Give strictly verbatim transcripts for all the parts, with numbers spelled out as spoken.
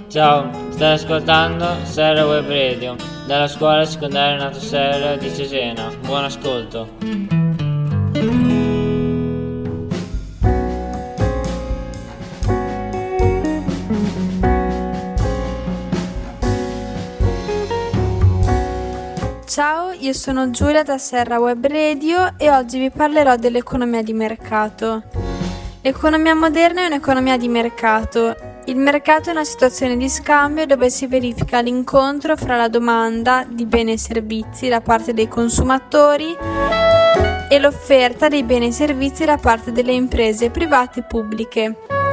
Ciao, stai ascoltando Serra Web Radio dalla scuola secondaria Nato Serra di Cesena. Buon ascolto. Ciao, io sono Giulia da Serra Web Radio e oggi vi parlerò dell'economia di mercato. L'economia moderna è un'economia di mercato. Il mercato è una situazione di scambio dove si verifica l'incontro fra la domanda di beni e servizi da parte dei consumatori e l'offerta dei beni e servizi da parte delle imprese private e pubbliche.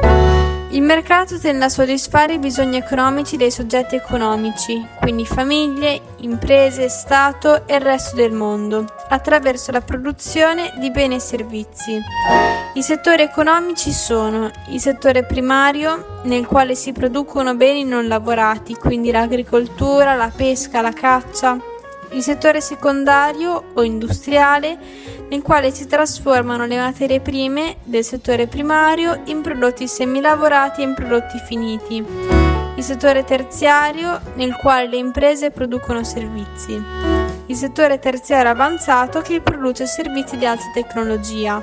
Il mercato tende a soddisfare i bisogni economici dei soggetti economici, quindi famiglie, imprese, Stato e il resto del mondo, attraverso la produzione di beni e servizi. I settori economici sono il settore primario, nel quale si producono beni non lavorati, quindi l'agricoltura, la pesca, la caccia. Il settore secondario o industriale, nel quale si trasformano le materie prime del settore primario in prodotti semilavorati e in prodotti finiti. Il settore terziario, nel quale le imprese producono servizi. Il settore terziario avanzato, che produce servizi di alta tecnologia.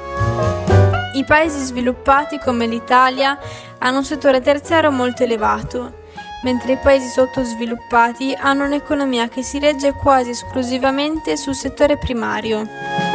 I paesi sviluppati come l'Italia hanno un settore terziario molto elevato, mentre i paesi sottosviluppati hanno un'economia che si regge quasi esclusivamente sul settore primario.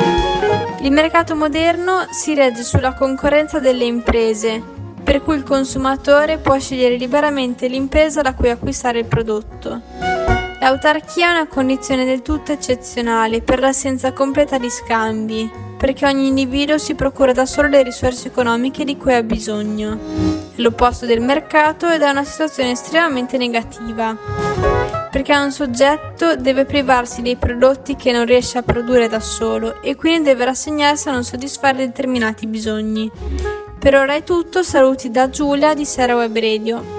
Il mercato moderno si regge sulla concorrenza delle imprese, per cui il consumatore può scegliere liberamente l'impresa da cui acquistare il prodotto. L'autarchia è una condizione del tutto eccezionale per l'assenza completa di scambi, perché ogni individuo si procura da solo le risorse economiche di cui ha bisogno. È l'opposto del mercato ed è una situazione estremamente negativa, perché un soggetto deve privarsi dei prodotti che non riesce a produrre da solo e quindi deve rassegnarsi a non soddisfare determinati bisogni. Per ora è tutto, saluti da Giulia di Serra Web Radio.